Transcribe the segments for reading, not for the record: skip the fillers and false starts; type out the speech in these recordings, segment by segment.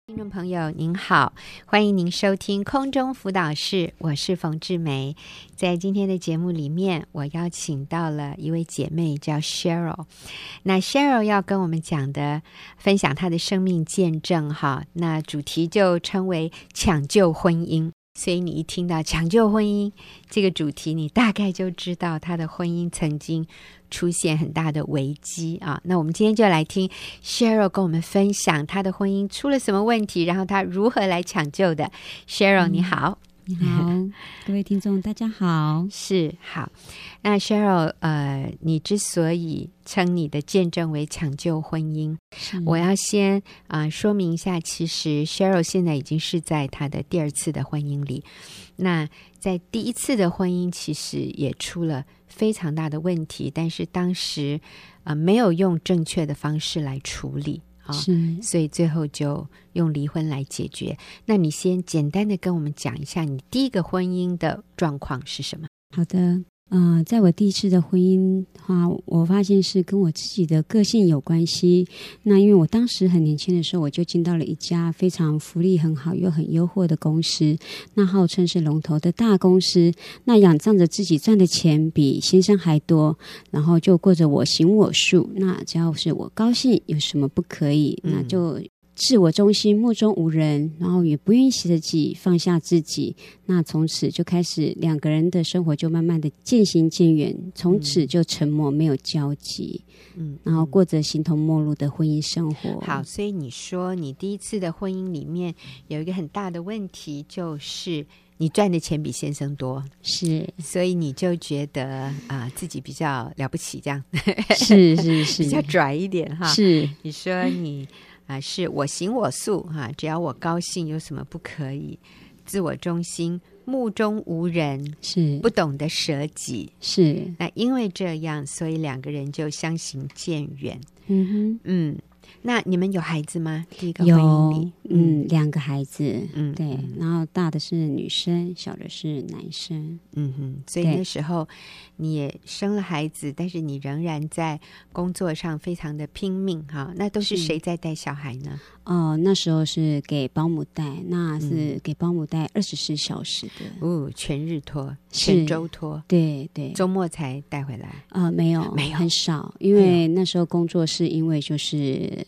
听众朋友您好，欢迎您收听空中辅导室，我是冯志梅。在今天的节目里面，我邀请到了一位姐妹叫 Cheryl。 那 Cheryl 要跟我们讲的分享她的生命见证哈，那主题就称为抢救婚姻。所以你一听到抢救婚姻这个主题，你大概就知道她的婚姻曾经出现很大的危机啊。那我们今天就来听 Cheryl 跟我们分享她的婚姻出了什么问题，然后她如何来抢救的。 Cheryl 你好。 你好，各位听众大家好。 是好。那 Cheryl 你之所以称你的见证为抢救婚姻，我要先说明一下，其实 Cheryl 现在已经是在她的第二次的婚姻里。那在第一次的婚姻其实也出了非常大的问题，但是当时没有用正确的方式来处理，所以最后就用离婚来解决。那你先简单的跟我们讲一下你第一个婚姻的状况是什么？ 好的，在我第一次的婚姻我发现是跟我自己的个性有关系。那因为我当时很年轻的时候，我就进到了一家非常福利很好又很优渥的公司，那号称是龙头的大公司，那仰仗着自己赚的钱比先生还多，然后就过着我行我素，那只要是我高兴有什么不可以，那就自我中心，目中无人，然后也不愿意自己放下自己。那从此就开始两个人的生活就慢慢的渐行渐远，从此就沉默没有交集，然后过着形同陌路的婚姻生活。 好，所以你说你第一次的婚姻里面有一个很大的问题，就是你赚的钱比先生多， 是， 所以你就觉得自己比较了不起，这样是比较拽一点哈。 是， 你说你是我行我素哈，只要我高兴有什么不可以，自我中心，目中无人， 是不懂得舍己， 是。 那因为这样，所以两个人就相行渐远。那你们有孩子吗？第一个婚姻里 2个孩子，对，然后大的是女生，小的是男生。 所以那时候你也生了孩子，但是你仍然在工作上非常的拼命哈。那都是谁在带小孩呢？ 那时候是给保姆带，那是给保姆带24小时的， 全日托，全周托， 对对， 周末才带回来？ 没有，很少，因为那时候工作是因为就是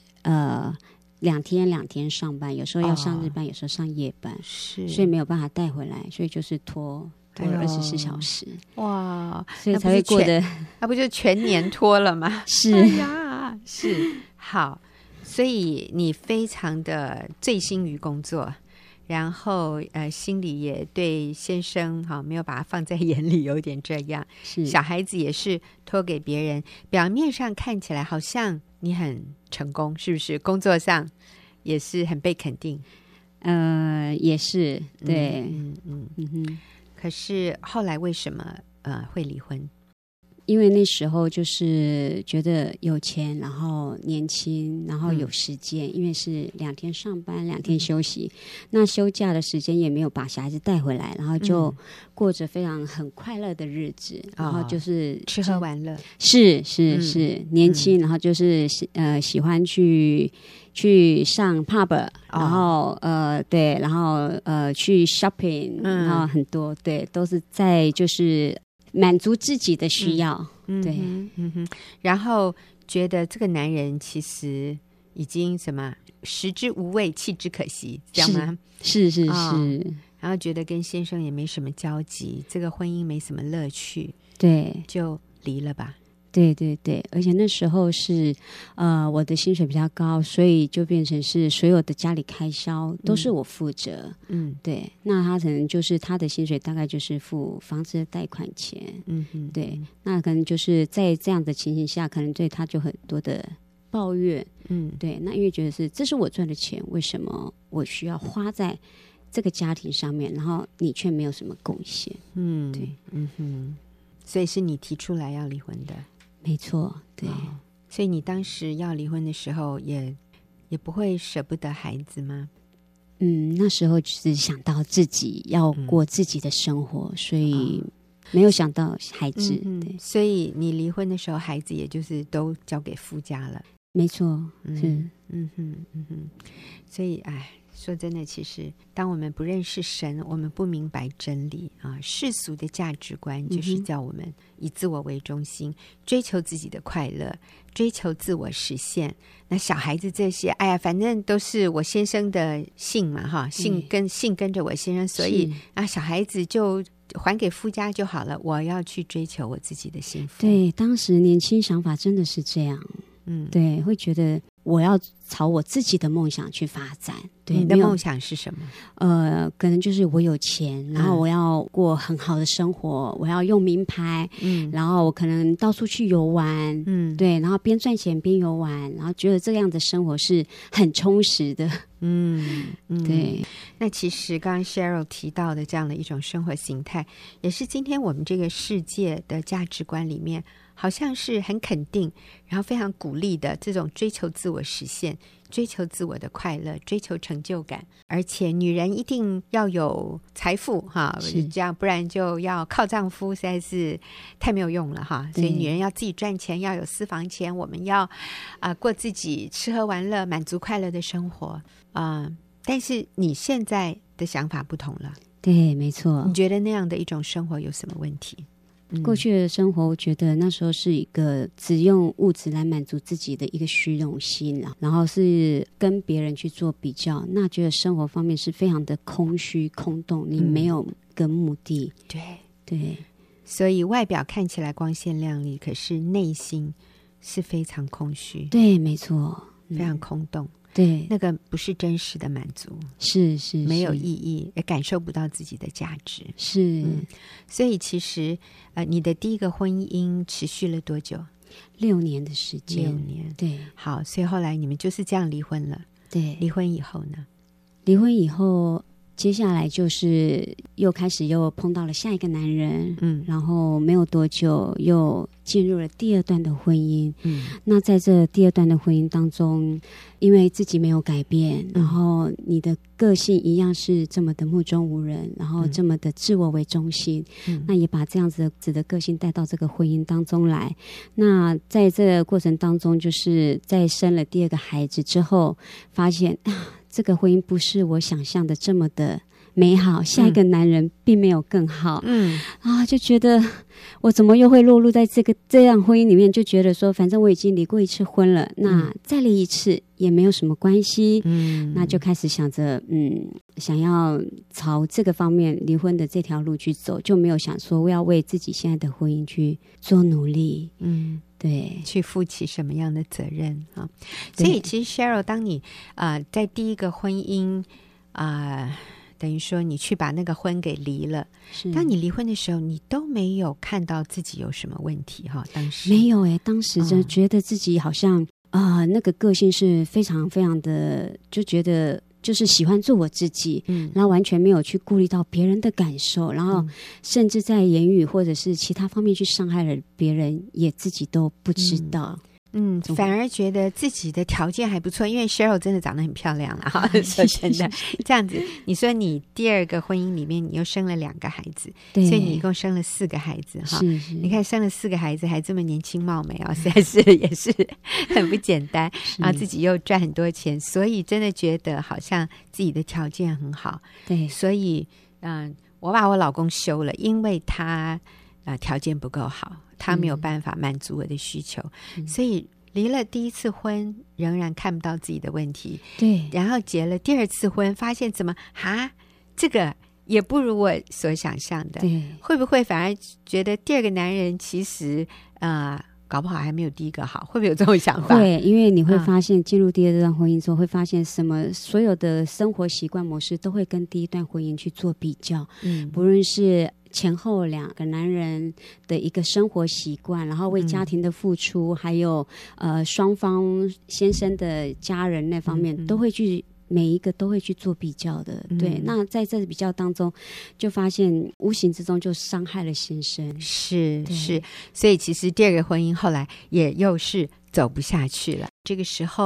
2天上班，有时候要上日班，有时候上夜班，是，所以没有办法带回来，所以就是拖了24小时。哇，所以才会过得， 那不就全年拖了吗？ 是， 哎呀，是。好，所以你非常的醉心于工作，然后心里也对先生没有把他放在眼里，有点这样。是，小孩子也是托给别人，表面上看起来好像你很成功，是不是？工作上也是很被肯定。 也是，对， 可是后来为什么会离婚？ 因为那时候就是觉得有钱，然后年轻，然后有时间，因为是2天上班2天休息，那休假的时间也没有把小孩子带回来，然后就过着非常很快乐的日子，然后就是吃喝玩乐， 是年轻，然后就是喜欢去上 pub， 然后对，然后去 shopping，然后很多，对，都是在就是满足自己的需要，对， 然后觉得这个男人其实已经什么食之无味，弃之可惜，这样吗？是，然后觉得跟先生也没什么交集，这个婚姻没什么乐趣， 对， 就离了吧。 对对对，而且那时候是我的薪水比较高，所以就变成是所有的家里开销都是我负责。对，那他可能就是他的薪水大概就是付房子的贷款钱。对，那可能就是在这样的情形下，可能对他就很多的抱怨。对，那因为觉得这是我赚的钱，为什么我需要花在这个家庭上面，然后你却没有什么贡献？对， 所以是你提出来要离婚的。 没错，对， 所以你当时要离婚的时候也不会舍不得孩子吗？ 那时候只想到自己要过自己的生活，所以没有想到孩子。对， 所以你离婚的时候，孩子也就是都交给夫家了。 没错，是， 所以说真的，其实当我们不认识神，我们不明白真理啊，世俗的价值观就是叫我们以自我为中心，追求自己的快乐，追求自我实现。那小孩子这些，哎呀，反正都是我先生的姓嘛，哈，姓跟着我先生，所以啊，小孩子就还给夫家就好了，我要去追求我自己的幸福。 对，当时年轻想法真的是这样，对，会觉得我要朝我自己的梦想去发展。对， 你的梦想是什么？ 可能就是我有钱，然后我要过很好的生活，我要用名牌，然后我可能到处去游玩，对，然后边赚钱边游玩，然后觉得这样的生活是很充实的。对。 那其实刚刚 Cheryl 提到的这样的一种生活形态，也是今天我们这个世界的价值观里面好像是很肯定，然后非常鼓励的这种追求自我实现，追求自我的快乐，追求成就感。而且女人一定要有财富哈，这样不然就要靠丈夫，实在是太没有用了哈。所以女人要自己赚钱，要有私房钱，我们要过自己吃喝玩乐满足快乐的生活但是你现在的想法不同了。 对，没错。 你觉得那样的一种生活有什么问题？ 过去的生活我觉得那时候是一个只用物质来满足自己的一个虚荣心，然后是跟别人去做比较，那觉得生活方面是非常的空虚空洞，你没有个目的。对， 所以外表看起来光鲜亮丽，可是内心是非常空虚。 对，没错， 非常空洞。 对， 那个不是真实的满足，是没有意义，也感受不到自己的价值。所以其实你的第一个婚姻持续了多久？6 年的时间。 6年， 对。 好，所以后来你们就是这样离婚了。 对。 离婚以后呢？ 离婚以后接下来就是又开始又碰到了下一个男人，然后没有多久又进入了第二段的婚姻。那在这第二段的婚姻当中，因为自己没有改变，然后你的个性一样是这么的目中无人，然后这么的自我为中心，那也把这样子的个性带到这个婚姻当中来。那在这个过程当中，就是在生了第二个孩子之后，发现这个婚姻不是我想象的这么的美好，下一个男人并没有更好。就觉得我怎么又会落入在这样婚姻里面，就觉得说反正我已经离过一次婚了，那再离一次也没有什么关系。那就开始想着想要朝这个方面离婚的这条路去走，就没有想说我要为自己现在的婚姻去做努力。对， 去负起什么样的责任啊？所以其实 Cheryl 当你在第一个婚姻等于说你去把那个婚给离了，当你离婚的时候你都没有看到自己有什么问题哈？当时没有当时就觉得自己好像那个个性是非常非常的，就觉得就是喜欢做我自己，然后完全没有去顾虑到别人的感受，然后甚至在言语或者是其他方面去伤害了别人，也自己都不知道。 反而觉得自己的条件还不错，因为 Cheryl 真的长得很漂亮了哈。说真的，这样子，你说你第二个婚姻里面你又生了2个孩子，所以你一共生了4个孩子哈。你看生了4个孩子还这么年轻貌美实在是也是很不简单，然后自己又赚很多钱，所以真的觉得好像自己的条件很好。 对， 所以我把我老公休了，因为他条件不够好，他没有办法满足我的需求，所以离了第一次婚仍然看不到自己的问题。 对， 然后结了第2次婚，发现怎么这个也不如我所想象的。 对， 会不会反而觉得第2个男人其实搞不好还没有第一个好？会不会有这种想法？ 会，因为你会发现进入第2段婚姻之后，会发现所有的生活习惯模式都会跟第一段婚姻去做比较。不论是前后2个男人的一个生活习惯，然后为家庭的付出，还有双方先生的家人那方面，都会去每一个都会去做比较的。对，那在这比较当中就发现无形之中就伤害了先生。 是，所以其实第2个婚姻后来也又是走不下去了。这个时候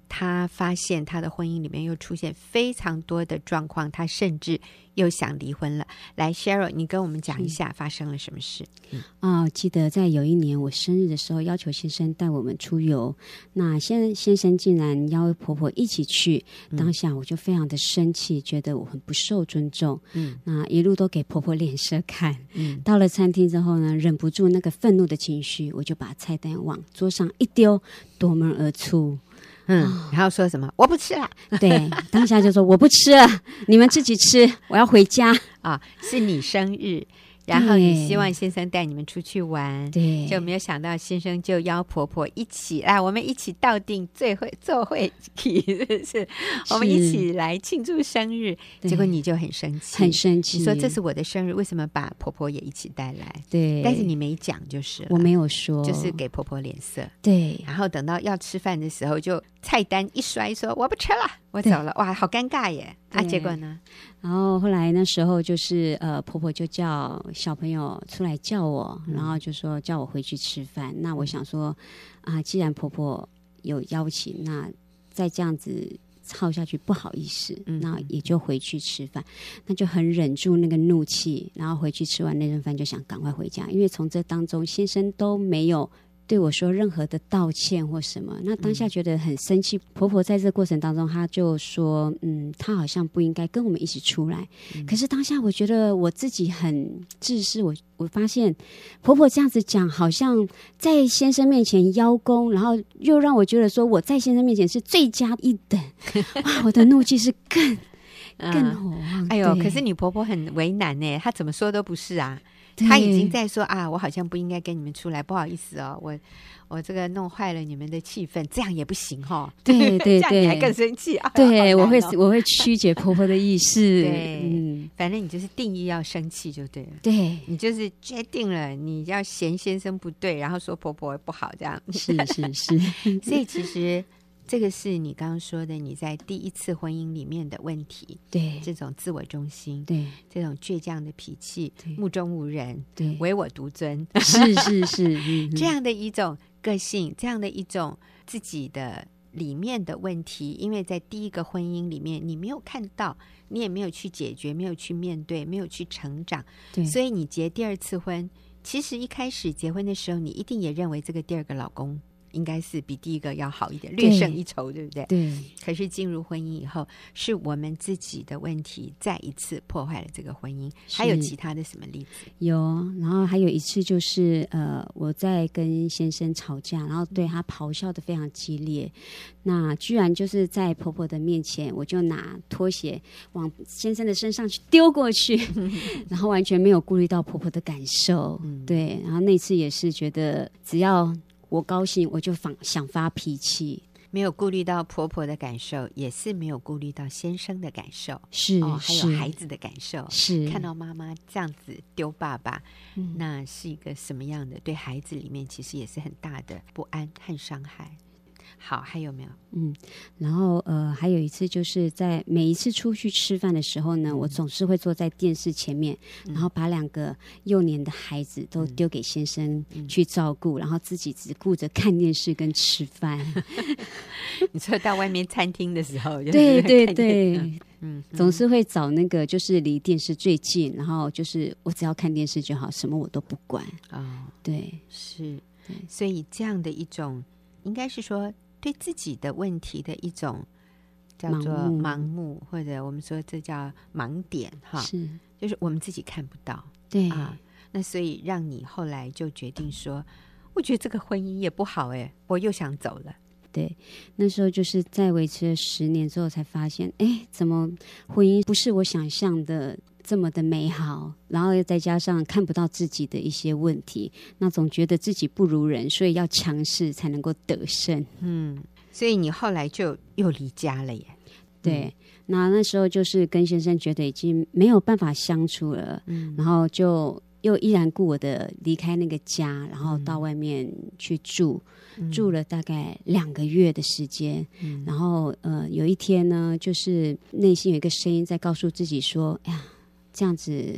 他发现他的婚姻里面又出现非常多的状况，他甚至又想离婚了。来 Cheryl 你跟我们讲一下发生了什么事。 记得在有一年我生日的时候，要求先生带我们出游，那先生竟然邀婆婆一起去，当下我就非常的生气，觉得我很不受尊重，那一路都给婆婆脸色看，到了餐厅之后呢，忍不住那个愤怒的情绪，我就把菜单往桌上一丢，夺门而出。 然后说什么我不吃了， 对，当下就说我不吃了，你们自己吃，我要回家啊，是你生日，然后你希望先生带你们出去玩， 对， 就没有想到先生就邀婆婆一起来，我们一起到定做会体，是我们一起来庆祝生日。结果你就很生气， 很生气， 你说这是我的生日，为什么把婆婆也一起带来？ 对， 但是你没讲就是了， 我没有说， 就是给婆婆脸色。 对， 然后等到要吃饭的时候，就菜单一摔，说我不吃了，我走了。哇，好尴尬耶！结果呢？ 然后后来那时候就是婆婆就叫小朋友出来叫我，然后就说叫我回去吃饭。那我想说既然婆婆有邀请，那再这样子耗下去不好意思，那也就回去吃饭。那就很忍住那个怒气，然后回去吃完那顿饭就想赶快回家，因为从这当中先生都没有对我说任何的道歉或什么，那当下觉得很生气。婆婆在这个过程当中，她就说她好像不应该跟我们一起出来，可是当下我觉得我自己很自私，我发现婆婆这样子讲，好像在先生面前邀功，然后又让我觉得说我在先生面前是罪加一等哇，我的怒气是更火旺。 哎呦，可是你婆婆很为难耶，她怎么说都不是啊，他已经在说我好像不应该跟你们出来，不好意思哦，我这个弄坏了你们的气氛，这样也不行哦。 对对对， 这样你还更生气啊？ 对，我会曲解婆婆的意思。 对，反正你就是定义要生气就对了。 对， 你就是决定了你要嫌先生不对，然后说婆婆不好，这样是。 所以其实这个是你刚刚说的你在第一次婚姻里面的问题， 对， 这种自我中心， 对， 这种倔强的脾气，目中无人， 对， 唯我独尊， 是这样的一种个性，这样的一种自己的里面的问题，因为在第一个婚姻里面你没有看到，你也没有去解决，没有去面对，没有去成长， 对，所以你结第二次婚，其实一开始结婚的时候你一定也认为这个第二个老公应该是比第一个要好一点，略胜一筹，对不对？ 对。 可是进入婚姻以后，是我们自己的问题再一次破坏了这个婚姻。还有其他的什么例子？ 有，然后还有一次就是我在跟先生吵架，然后对他咆哮的非常激烈，那居然就是在婆婆的面前，我就拿拖鞋往先生的身上去丢过去，然后完全没有顾虑到婆婆的感受。对，然后那次也是觉得只要我高兴我就想发脾气， 没有顾虑到婆婆的感受，也是没有顾虑到先生的感受， 是还有孩子的感受， 是看到妈妈这样子丢爸爸，那是一个什么样的？对孩子里面其实也是很大的不安和伤害。好，还有没有？ 然后还有一次就是在每一次出去吃饭的时候呢，我总是会坐在电视前面，然后把2个幼年的孩子都丢给先生去照顾，然后自己只顾着看电视跟吃饭。 你说到外面餐厅的时候， 对对对，总是会找那个就是离电视最近，然后就是我只要看电视就好，什么我都不管。对， 是，所以这样的一种，应该是说对自己的问题的一种叫做盲目，或者我们说这叫盲点哈， 是， 就是我们自己看不到。 对那所以让你后来就决定说，我觉得这个婚姻也不好我又想走了。 对，那时候就是在维持了10年之后才发现，怎么婚姻不是我想象的这么的美好，然后又再加上看不到自己的一些问题，那总觉得自己不如人，所以要强势才能够得胜。 所以你后来就又离家了耶。 对，那时候就是跟先生觉得已经没有办法相处了，然后就又依然顾我的离开那个家，然后到外面去住了大概2个月的时间。然后有一天呢，就是内心有一个声音在告诉自己说，哎呀，这样子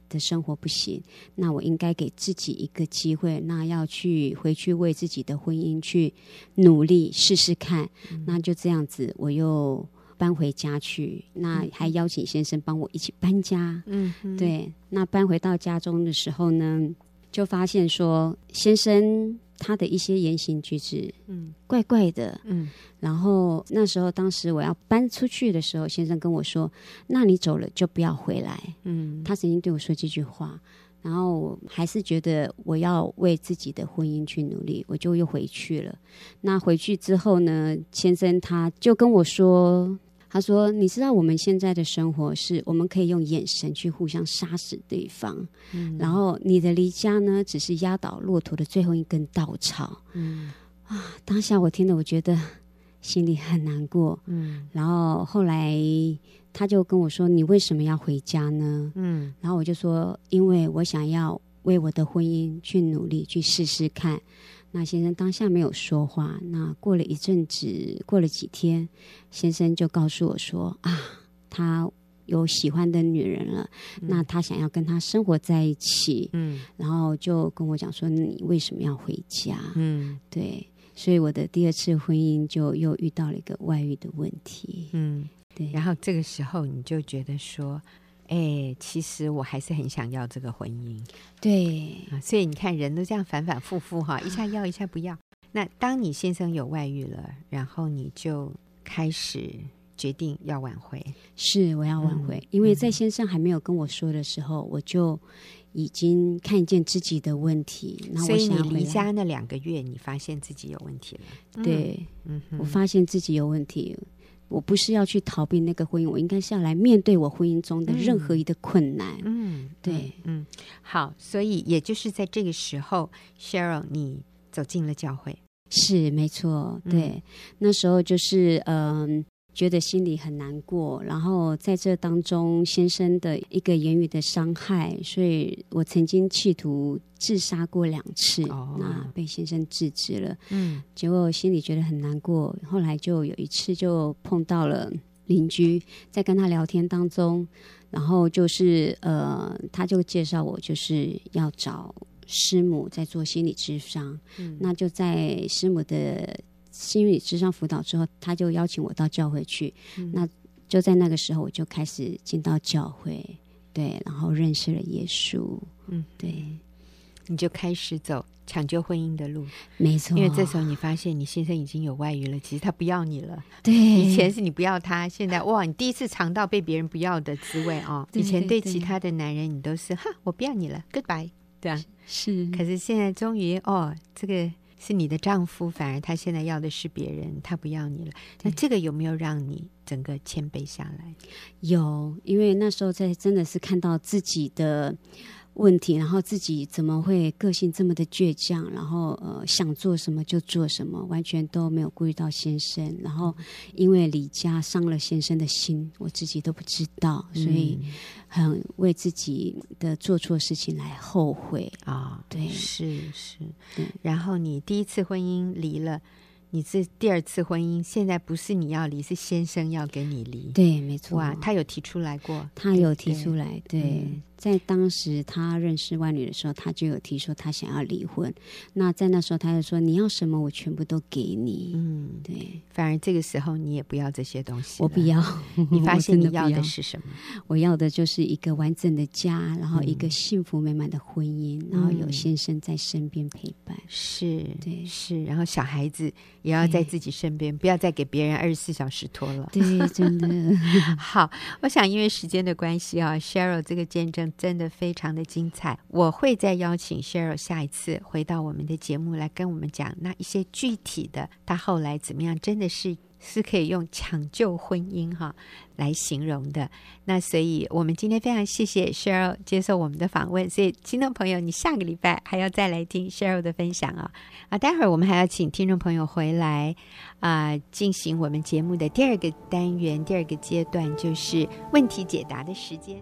的生活不行，那我应该给自己一个机会，那要回去为自己的婚姻去努力试试看。那就这样子，我又搬回家去，那还邀请先生帮我一起搬家。对，那搬回到家中的时候呢，就发现说先生他的一些言行举止怪怪的。然后那时候当时我要搬出去的时候，先生跟我说，那你走了就不要回来。他曾经对我说这句话，然后我还是觉得我要为自己的婚姻去努力，我就又回去了。那回去之后呢，先生他就跟我说，他说你知道我们现在的生活是我们可以用眼神去互相杀死对方，然后你的离家呢只是压倒骆驼的最后一根稻草。当下我听了我觉得心里很难过。然后后来他就跟我说，你为什么要回家呢？然后我就说，因为我想要为我的婚姻去努力，去试试看。那先生当下没有说话，那过了一阵子，过了几天，先生就告诉我说，他有喜欢的女人了，那他想要跟他生活在一起。然后就跟我讲说，你为什么要回家？对，所以我的第二次婚姻就又遇到了一个外遇的问题。对。 然后这个时候你就觉得说，其实我还是很想要这个婚姻。 对。 所以你看人都这样反反复复一下要一下不要。那当你先生有外遇了，然后你就开始决定要挽回。 是，我要挽回。因为在先生还没有跟我说的时候，我就已经看见自己的问题。 所以你离家那2个月，你发现自己有问题了。 对。我发现自己有问题。我不是要去逃避那个婚姻，我应该是要来面对我婚姻中的任何一个困难。对。 好，所以也就是在这个时候 Cheryl 你走进了教会。 是，没错。对。那时候就是觉得心里很难过，然后在这当中先生的一个言语的伤害，所以我曾经企图自杀过2次。那被先生制止了。结果心里觉得很难过，后来就有一次就碰到了邻居，在跟他聊天当中，然后就是他就介绍我就是要找师母在做心理咨商。那就在师母的心理咨商辅导之后，他就邀请我到教会去。那就在那个时候我就开始进到教会。对，然后认识了耶稣。对， 你就开始走抢救婚姻的路。 没错。 因为这时候你发现你先生已经有外遇了，其实他不要你了。 对， 以前是你不要他，现在哇，你第一次尝到被别人不要的滋味对。 以前对其他的男人你都是我不要你了 goodbye， 对啊。 是。 可是现在终于这个是你的丈夫，反而他现在要的是别人，他不要你了。那这个有没有让你整个谦卑下来？ 有，因为那时候真的是看到自己的问题，然后自己怎么会个性这么的倔强，然后想做什么就做什么，完全都没有顾虑到先生，然后因为离家伤了先生的心，我自己都不知道，所以很为自己的做错事情来后悔。对， 是。然后你第一次婚姻离了，你这第2次婚姻现在不是你要离，是先生要跟你离。 对，没错。 哇，他有提出来过？ 他有提出来。对。在当时他认识万女的时候，他就有提说他想要离婚。那在那时候他就说，你要什么我全部都给你。对。 反而这个时候你也不要这些东西了。 我不要。 你发现你要的是什么？ 我要的就是一个完整的家，然后一个幸福美满的婚姻，然后有先生在身边陪伴。 是。 对。 是。然后小孩子也要在自己身边，不要再给别人24小时托了。 对，真的。 好，我想因为时间的关系Cheryl 这个见证真的非常的精彩，我会再邀请 Cheryl 下一次回到我们的节目来跟我们讲那一些具体的他后来怎么样，真的是可以用抢救婚姻来形容的。那所以我们今天非常谢谢 Cheryl 接受我们的访问，所以听众朋友你下个礼拜还要再来听 Cheryl 的分享待会儿我们还要请听众朋友回来进行我们节目的第2个单元，第2个阶段，就是问题解答的时间。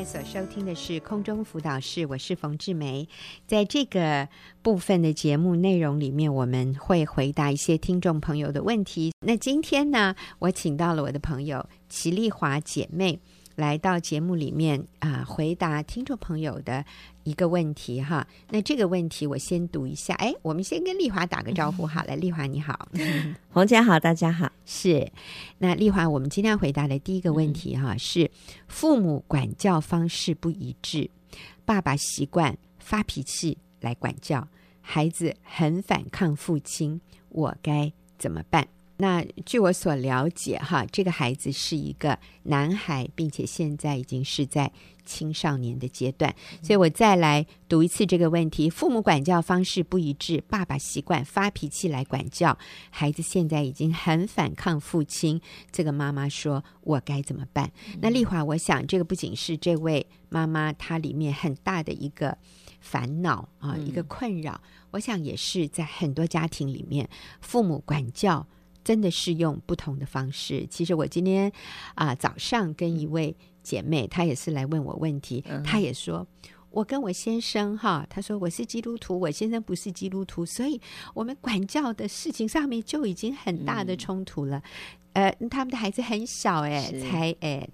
所收听的是空中辅导室，我是冯志梅。在这个部分的节目内容里面，我们会回答一些听众朋友的问题。那今天呢，我请到了我的朋友齐丽华姐妹来到节目里面回答听众朋友的一个问题哈。那这个问题我先读一下，我们先跟丽华打个招呼好了。丽华你好。 冯姐好，大家好。 是，那丽华，我们今天要回答的第一个问题哈，是父母管教方式不一致，爸爸习惯发脾气来管教，孩子很反抗父亲，我该怎么办？那据我所了解哈，这个孩子是一个男孩，并且现在已经是在青少年的阶段，所以我再来读一次这个问题。父母管教方式不一致，爸爸习惯发脾气来管教，孩子现在已经很反抗父亲，这个妈妈说我该怎么办？那丽华，我想这个不仅是这位妈妈她里面很大的一个烦恼一个困扰，我想也是在很多家庭里面，父母管教真的是用不同的方式。其实我今天早上跟一位姐妹，她也是来问我问题，她也说我跟我先生她说我是基督徒，我先生不是基督徒，所以我们管教的事情上面就已经很大的冲突了。他们的孩子很小才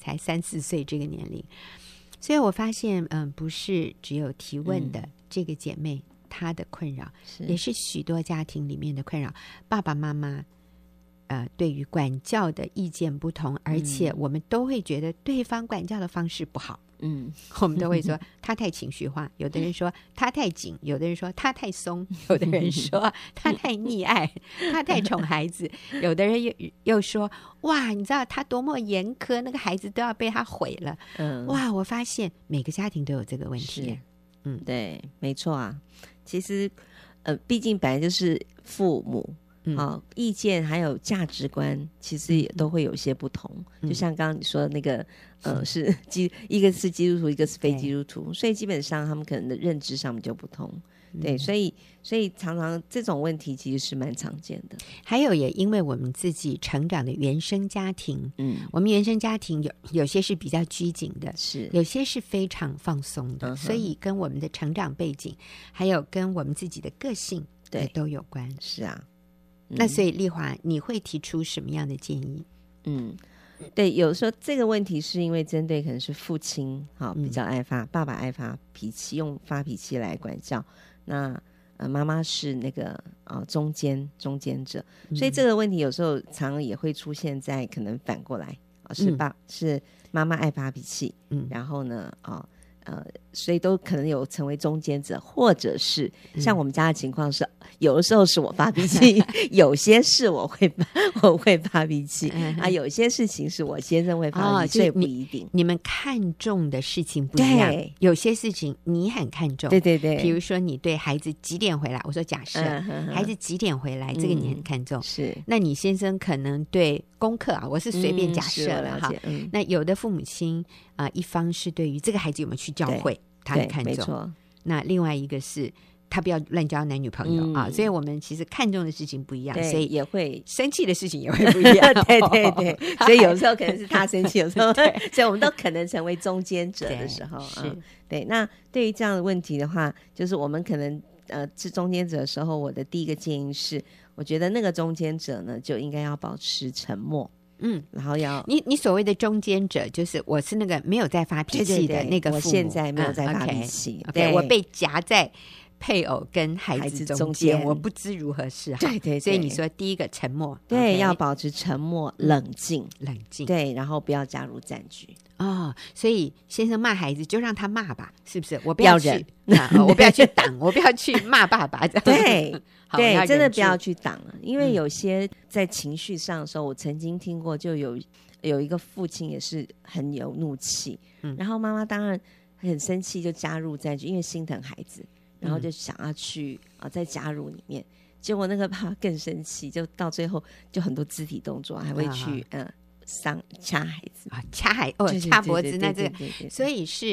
3-4岁这个年龄，所以我发现不是只有提问的这个姐妹她的困扰，也是许多家庭里面的困扰。爸爸妈妈对于管教的意见不同，而且我们都会觉得对方管教的方式不好。我们都会说他太情绪化，有的人说他太紧，有的人说他太松，有的人说他太溺爱，他太宠孩子，有的人又说哇，你知道他多么严苛，那个孩子都要被他毁了。哇，我发现每个家庭都有这个问题。 对，没错啊。其实毕竟本来就是父母意见还有价值观其实也都会有些不同，就像刚刚你说的那个是一个是基督徒，一个是非基督徒，所以基本上他们可能的认知上面就不同。对，所以常常这种问题其实是蛮常见的。 还有也因为我们自己成长的原生家庭，我们原生家庭有些是比较拘谨的， 是有些是非常放松的，所以跟我们的成长背景还有跟我们自己的个性对都有关。 是啊。 那所以丽华，你会提出什么样的建议？ 对，有时候这个问题是因为针对可能是父亲比较爸爸爱发脾气，用发脾气来管教，那妈妈是那个中间者，所以这个问题有时候常常也会出现在可能反过来是妈妈爱发脾气，然后呢所以都可能有成为中间者，或者是像我们家的情况是有的时候是我发脾气有些事我会发脾气有些事情是我先生会发脾气，所以不一定你们看重的事情不一样，有些事情你很看重，对，比如说你对孩子几点回来，我说假设孩子几点回来，这个你很看重， 是那你先生可能对功课我是随便假设了那有的父母亲一方是对于这个孩子有没有去教会他很看重，那另外一个是他不要乱交男女朋友所以我们其实看重的事情不一样，所以也会生气的事情也会不一样对所以有时候可能是他生气有时候所以我们都可能成为中间者的时候是对。那对于这样的问题的话，就是我们可能是中间者的时候，我的第一个建议是，我觉得那个中间者呢就应该要保持沉默，然后你所谓的中间者，就是我是那个没有在发脾气的那个父母， 我现在没有在发脾气， 对，我被夹在配偶跟孩子中间，我不知如何是好。 对， 所以你说第一个沉默， 对，要保持沉默，冷静，对，然后不要加入战局。 所以先生骂孩子就让他骂吧，是不是？我不要去我不要去挡，我不要去骂爸爸。 对，真的不要去挡了，因为有些在情绪上的时候，我曾经听过，就有一个父亲也是很有怒气，然后妈妈当然很生气，就加入战局，因为心疼孩子，然后就想要去再加入里面，结果那个爸爸更生气，就到最后就很多肢体动作，还会去掐孩子掐脖子，那这个所以是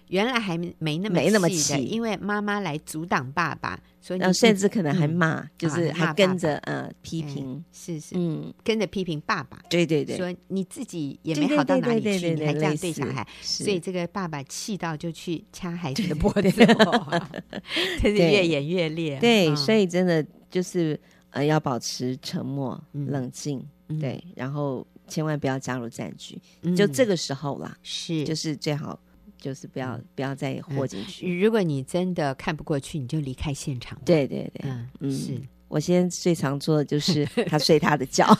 原来还没那么气的，因为妈妈来阻挡爸爸，所以甚至可能还骂，就是还跟着批评， 是跟着批评爸爸， 对对对， 说你自己也没好到哪里去，你还这样对小孩，所以这个爸爸气到就去掐孩子的脖子，这是越演越烈。 对，所以真的就是要保持沉默、冷静，对，然后千万不要加入战局，就这个时候啦，就是最好。就是不要再豁进去。 如果你真的看不过去，你就离开现场。 对对对，是我现在最常做的就是他睡他的觉。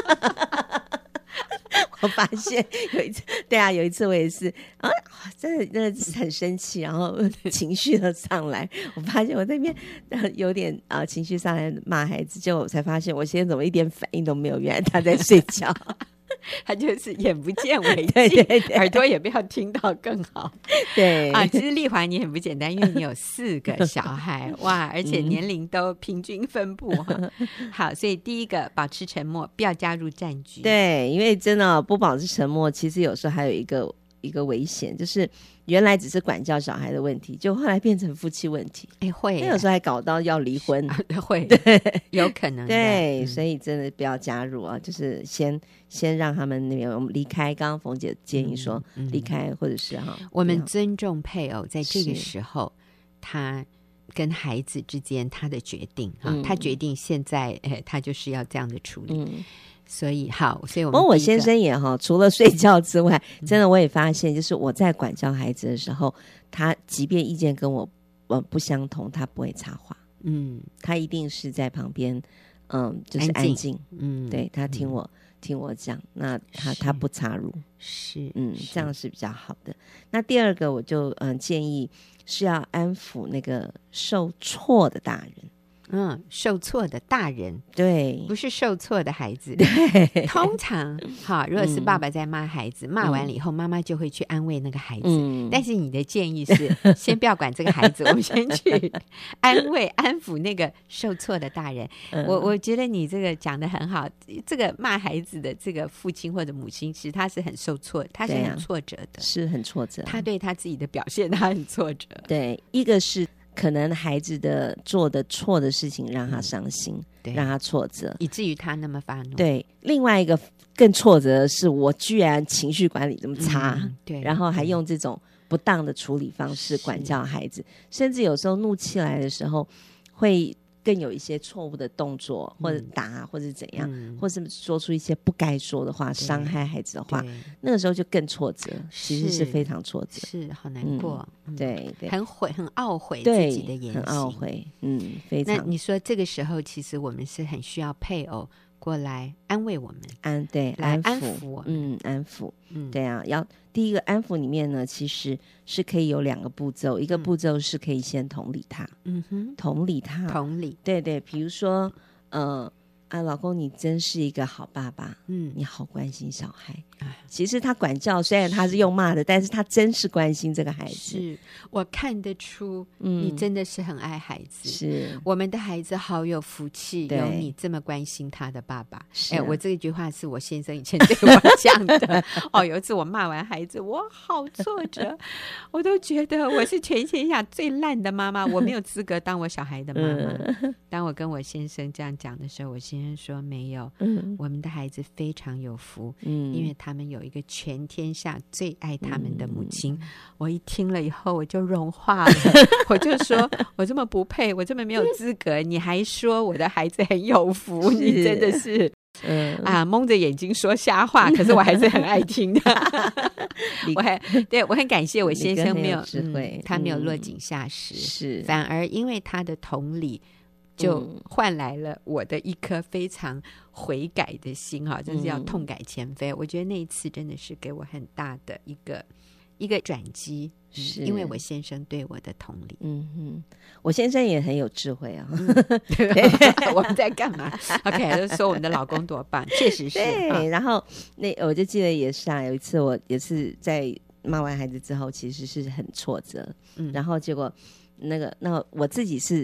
我发现有一次，对啊，有一次我也是真的很生气，然后情绪都上来。我发现我那边有点情绪上来骂孩子，结果我才发现我现在怎么一点反应都没有，原来他在睡觉。 他就是眼不见为净， 对对对， 耳朵也不要听到更好。 对其实丽华你很不简单，因为你有4个小孩哇，而且年龄都平均分布好，所以第一个保持沉默，不要加入战局。 对，因为真的不保持沉默，其实有时候还有一个危险，就是原来只是管教小孩的问题，就后来变成夫妻问题。 会， 有时候还搞到要离婚， 会， 对， 有可能的。 对，所以真的不要加入就是先让他们那边我们离开。刚刚冯姐建议说离开，或者是我们尊重配偶，在这个时候他跟孩子之间他的决定他决定现在他就是要这样的处理。所以所以我们我先生也除了睡觉之外，真的我也发现，就是我在管教孩子的时候，他即便意见跟我不相同，他不会插话，他一定是在旁边，就是安静，对，他听我讲，那他不插入， 是这样是比较好的。那第二个，我就建议是要安抚那个受挫的大人。 受挫的大人， 对， 不是受挫的孩子。 对， 通常如果是爸爸在骂孩子，骂完了以后，妈妈就会去安慰那个孩子。但是你的建议是，先不要管这个孩子，我们先去安抚那个受挫的大人。我觉得你这个讲得很好。这个骂孩子的这个父亲或者母亲，其实他是很受挫，他是很挫折的， 是很挫折。 他对他自己的表现，他很挫折。 对，一个是可能孩子做的错的事情让他伤心，让他挫折， 以至于他那么发怒。 对，另外一个更挫折的是，我居然情绪管理这么差， 对， 然后还用这种不当的处理方式管教孩子，甚至有时候怒气来的时候会更有一些错误的动作，或者打或者怎样，或是说出一些不该说的话，伤害孩子的话，那个时候就更挫折，其实是非常挫折， 是好难过， 对对， 很懊悔自己的言行， 很懊悔，非常。 那你说这个时候，其实我们是很需要配偶过来安慰我们，来安抚我们， 安抚，对啊，要第一个安抚里面呢，其实是可以有2个步骤，一个步骤是可以先同理他，同理他，对对，比如说老公你真是一个好爸爸，你好关心小孩。其实他管教虽然他是用骂的，但是他真是关心这个孩子， 是我看得出你真的是很爱孩子， 是我们的孩子好有福气，有你这么关心他的爸爸。我这句话是我先生以前对我讲的有一次我骂完孩子，我好挫折，我都觉得我是全天下最烂的妈妈，我没有资格当我小孩的妈妈。当我跟我先生这样讲的时候，我先生说没有，我们的孩子非常有福，因为他们有一个全天下最爱他们的母亲。我一听了以后我就融化了我就说我这么不配，我这么没有资格，你还说我的孩子很有福，你真的是蒙着眼睛说瞎话，可是我还是很爱听的我很感谢我先生没有智慧， 他没有落井下石， 是反而因为他的同理就换来了我的一颗非常悔改的心真是要痛改前非。我觉得那一次真的是给我很大的一个转机，因为我先生对我的同理。 我先生也很有智慧啊。 我们在干嘛？OK， 就说我们的老公多棒，确实是。 对，然后我就记得也是有一次我也是在骂完孩子之后，其实是很挫折，然后结果那我自己是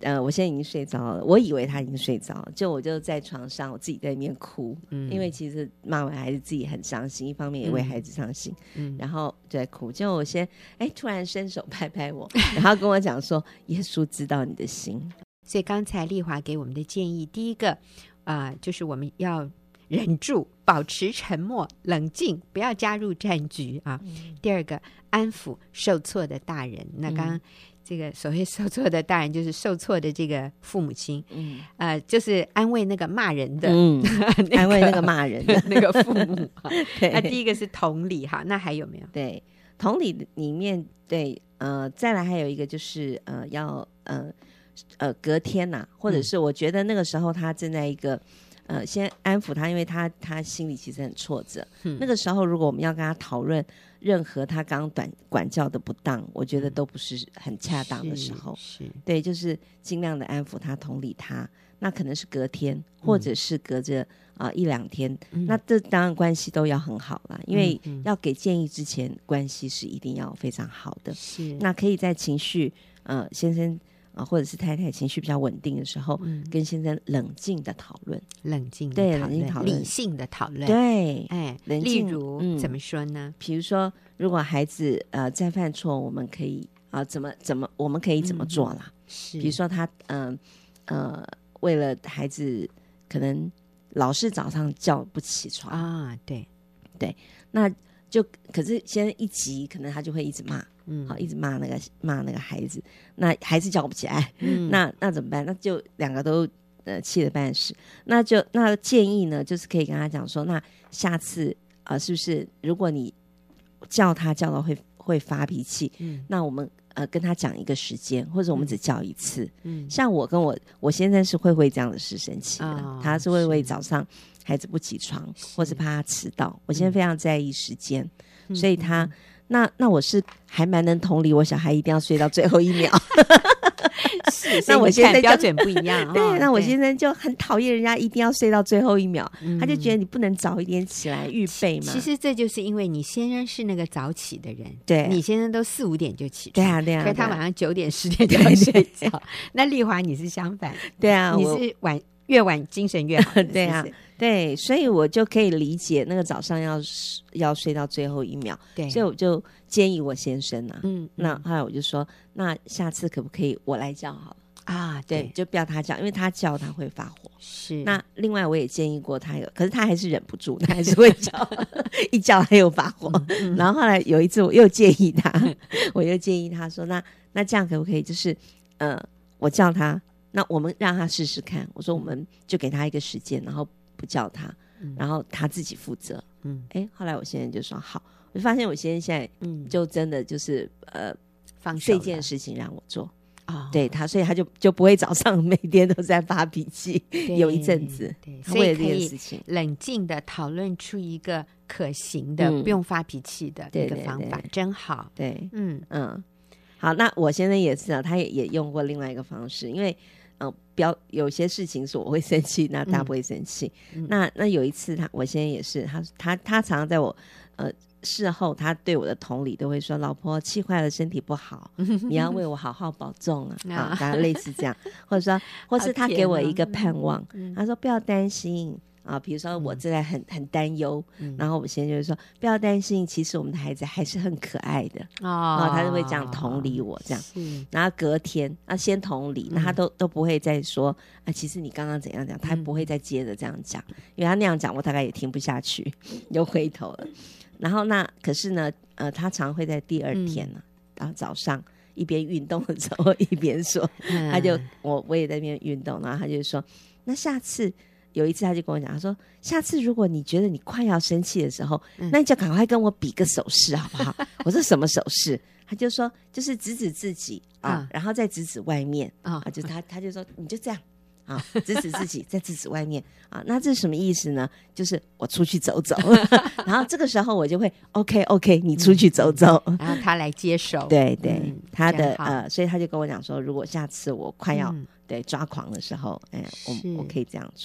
我现在已经睡着了，我以为他已经睡着了，我就在床上我自己在那边哭，因为其实骂完孩子自己很伤心，一方面也为孩子伤心，然后就在哭。结果我先突然伸手拍拍我，然后跟我讲说耶稣知道你的心。 所以刚才丽华给我们的建议，第一个就是我们要忍住，保持沉默冷静，不要加入战局啊。第二个，安抚受挫的大人。那刚刚这个所谓受挫的大人，就是受挫的这个父母亲，就是安慰那个骂人的， 安慰那个骂人的那个父母。那第一个是同理哈，那还有没有？ 对，同理里面，对，再来还有一个就是要隔天呐，或者是我觉得那个时候他正在一个先安抚他，因为他心里其实很挫折。那个时候如果我们要跟他讨论任何他刚管教的不当，我觉得都不是很恰当的时候。 是对，就是尽量的安抚他，同理他。那可能是隔天，或者是隔着1-2天，那这当然关系都要很好啦，因为要给建议之前，关系是一定要非常好的。 是， 那可以在情绪先生或者是太太情绪比较稳定的时候，跟先生冷静的讨论， 冷静的对， 讨论， 冷静讨论， 理性的讨论。 对， 例冷静如怎么说呢？ 比如说，如果孩子再犯错，我们可以我们可以怎么做啦？ 是， 比如说他为了孩子可能老是早上叫不起床啊，对， 那就可是先生一急，可能他就会一直骂，好，一直骂那个孩子，那孩子叫不起来，那怎么办？那就两个都气得半死。那建议呢，就是可以跟他讲说，那下次是不是如果你叫他叫到会发脾气，那我们跟他讲一个时间，或者我们只叫一次。像我跟我先生是会为这样的事生气的，他是会为早上孩子不起床，或是怕他迟到，我现在非常在意时间，所以他那我是还蛮能同理我小孩一定要睡到最后1秒。 是， 那我现在标准不一样。 对，那我先生就很讨厌人家一定要睡到最后1秒，他就觉得你不能早一点起来预备嘛。 其实这就是因为你先生是那个早起的人， 对， 你先生都4-5点就起床， 对啊， 可是他晚上9点10点就要睡觉。那丽华你是相反， 对啊， 你是越晚精神越好。 对啊，对，所以我就可以理解那个早上要睡到最后1秒， 对， 所以我就建议我先生啊，那后来我就说，那下次可不可以我来叫好了啊？ 对，就不要他叫，因为他叫他会发火。 是， 那另外我也建议过他可是他还是忍不住，他还是会叫，一叫他又发火。然后后来有一次我又建议他，我又建议他说，那这样可不可以？就是我叫他。那我们让他试试看，我说我们就给他一个时间，然后不叫他，然后他自己负责。后来我先生就说好，我就发现我先生现在就真的就是放手这件事情让我做。对他，所以他就不会早上每天都在发脾气，有一阵子， 所以可以冷静的讨论出一个可行的、不用发脾气的一个方法，真好。 对，好，那我先生也是啊，他也用过另外一个方式，因为有些事情是我会生气，那他不会生气。那有一次我先生也是，他常常在我事后他对我的同理都会说，老婆气坏了身体不好，你要为我好好保重啊，大概类似这样，或者说或是他给我一个盼望，他说不要担心啊，比如说我正在很担忧，然后我先生就说不要担心，其实我们的孩子还是很可爱的他就会这样同理我这样，然后隔天先同理，那他都不会再说其实你刚刚怎样讲，他不会再接着这样讲，因为他那样讲我大概也听不下去，又回头了。然后可是呢他常会在第2天然后早上一边运动的时候一边说，他就我也在那边运动，然后他就说，那下次有一次他就跟我讲，他说下次如果你觉得你快要生气的时候，那你就赶快跟我比个手势好不好？我说什么手势？他就说就是指指自己然后再指指外面就他就说你就这样指指自己再指指外面那这是什么意思呢？就是我出去走走然后这个时候我就会 OK 你出去走走然后他来接手对他的所以他就跟我讲说，如果下次我快要对抓狂的时候我可以这样做。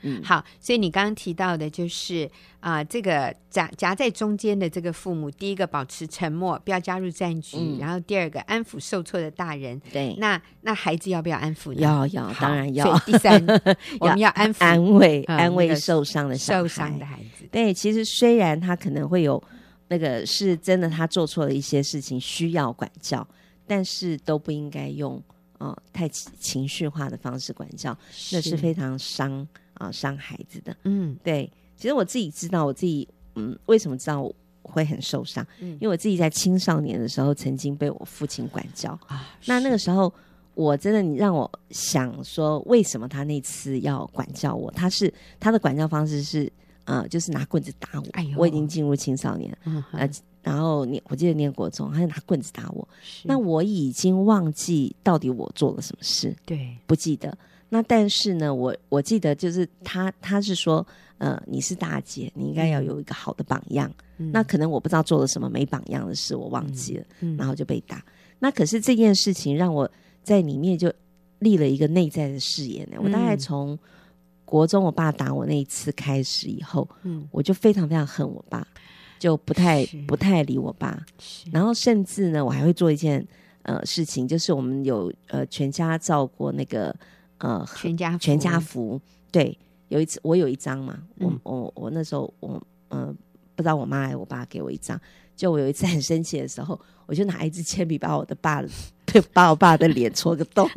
好，所以你刚刚提到的就是这个夹在中间的这个父母，第一个保持沉默，不要加入战局，然后第二个安抚受挫的大人。 对， 那孩子要不要安抚呢？ 要，当然要。 所以第三，我们要安抚安慰受伤的受伤的孩子。 对，其实虽然他可能会有那个是真的，他做错了一些事情需要管教，但是都不应该用太情绪化的方式管教，那是非常伤孩子的。对，其实我自己知道，我自己为什么知道我会很受伤，因为我自己在青少年的时候曾经被我父亲管教那个时候我真的，你让我想说为什么他那次要管教我，他的管教方式是就是拿棍子打我。我已经进入青少年然后我记得念国中，他就拿棍子打我。那我已经忘记到底我做了什么事， 对， 不记得。那但是呢，我记得就是他是说，你是大姐，你应该要有一个好的榜样。那可能我不知道做了什么没榜样的事，我忘记了，然后就被打。那可是这件事情让我在里面就立了一个内在的誓言我大概从国中我爸打我那一次开始以后，我就非常非常恨我爸。就不太理我爸，然后甚至呢，我还会做一件事情，就是我们有全家照过那个全家福，对，有一次我有一张嘛，我那时候我不知道我妈还是我爸给我一张，就我有一次很生气的时候，我就拿一支铅笔把我爸的脸戳个洞。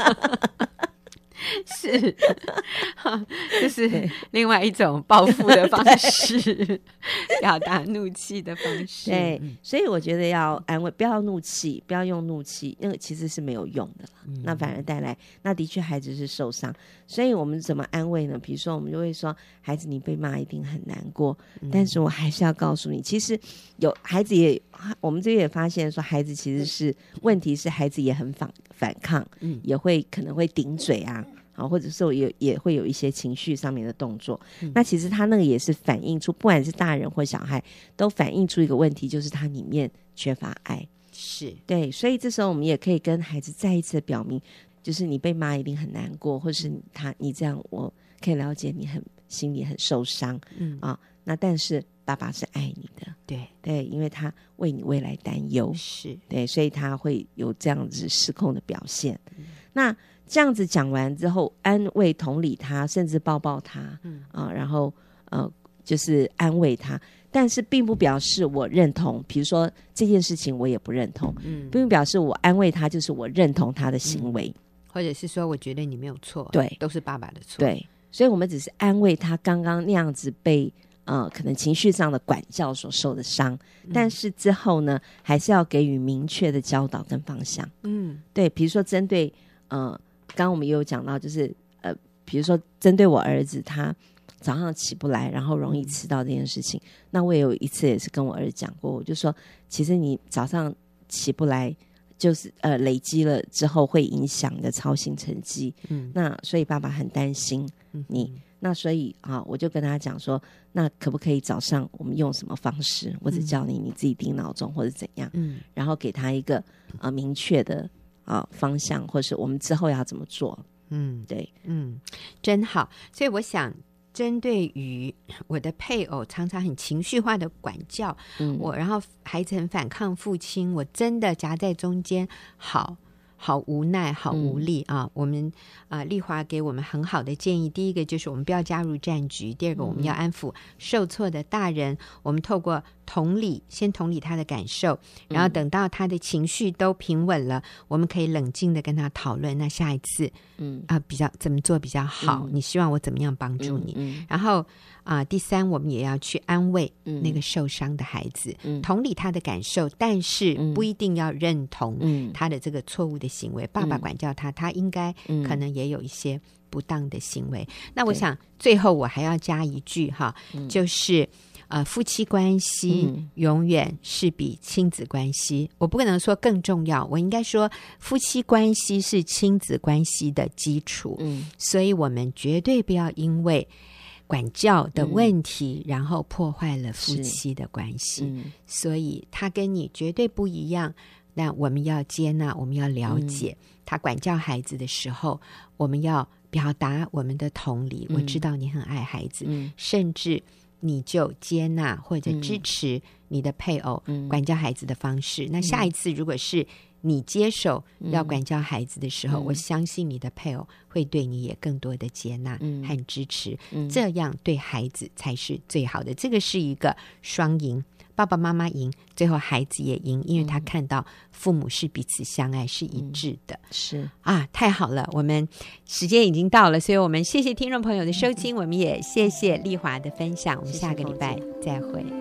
是，这是另外一种报复的方式，表达怒气的方式。 对，所以我觉得要安慰，不要怒气，不要用怒气，那个其实是没有用的啦。那反而带来，那的确孩子是受伤，所以我们怎么安慰呢？比如说，我们就会说，孩子你被骂一定很难过，但是我还是要告诉你，其实有孩子我们这边也发现说，孩子其实是问题是孩子也很反抗，也会可能会顶嘴或者是也会有一些情绪上面的动作。那其实他那个也是反映出，不管是大人或小孩，都反映出一个问题，就是他里面缺乏爱。 是， 对，所以这时候我们也可以跟孩子再一次的表明，就是你被骂一定很难过，或是你这样，我可以了解你心里很受伤，那但是爸爸是爱你的，对，因为他为你未来担忧， 是对，所以他会有这样子失控的表现。那这样子讲完之后，安慰同理他，甚至抱抱他，然后就是安慰他，但是并不表示我认同，比如说这件事情我也不认同，并不表示我安慰他就是我认同他的行为， 或者是说我觉得你没有错， 对， 都是爸爸的错， 对，所以我们只是安慰他刚刚那样子被可能情绪上的管教所受的伤，但是之后呢，还是要给予明确的教导跟方向。对，比如说针对刚刚我们也有讲到，就是比如说针对我儿子他早上起不来，然后容易迟到这件事情，那我也有一次也是跟我儿子讲过，我就说其实你早上起不来就是累积了之后会影响你的操行成绩，那所以爸爸很担心你，那所以我就跟他讲说，那可不可以早上我们用什么方式，我只教你自己定闹钟或者怎样，然后给他一个明确的方向，或是我们之后要怎么做。对， 真好。所以我想针对于我的配偶常常很情绪化的管教我，然后孩子很反抗父亲，我真的夹在中间，好无奈，好无力我们丽华给我们很好的建议，第一个就是我们不要加入战局，第二个我们要安抚受挫的大人，我们透过先同理他的感受，然后等到他的情绪都平稳了，我们可以冷静的跟他讨论，那下一次比较怎么做比较好，你希望我怎么样帮助你，然后第三我们也要去安慰那个受伤的孩子，同理他的感受，但是不一定要认同他的这个错误的行为，爸爸管教他应该可能也有一些不当的行为。那我想最后我还要加一句就是夫妻关系永远是比亲子关系，我不可能说更重要，我应该说夫妻关系是亲子关系的基础，所以我们绝对不要因为管教的问题然后破坏了夫妻的关系，所以他跟你绝对不一样， 那我们要接纳，我们要了解，他管教孩子的时候，我们要表达我们的同理，我知道你很爱孩子，甚至你就接纳或者支持你的配偶管教孩子的方式。那下一次如果是你接手要管教孩子的时候，我相信你的配偶会对你也更多的接纳和支持，这样对孩子才是最好的。这个是一个双赢，爸爸妈妈赢，最后孩子也赢，因为他看到父母是彼此相爱，是一致的。 是啊，太好了，我们时间已经到了，所以我们谢谢听众朋友的收听，我们也谢谢丽华的分享，我们下个礼拜再会。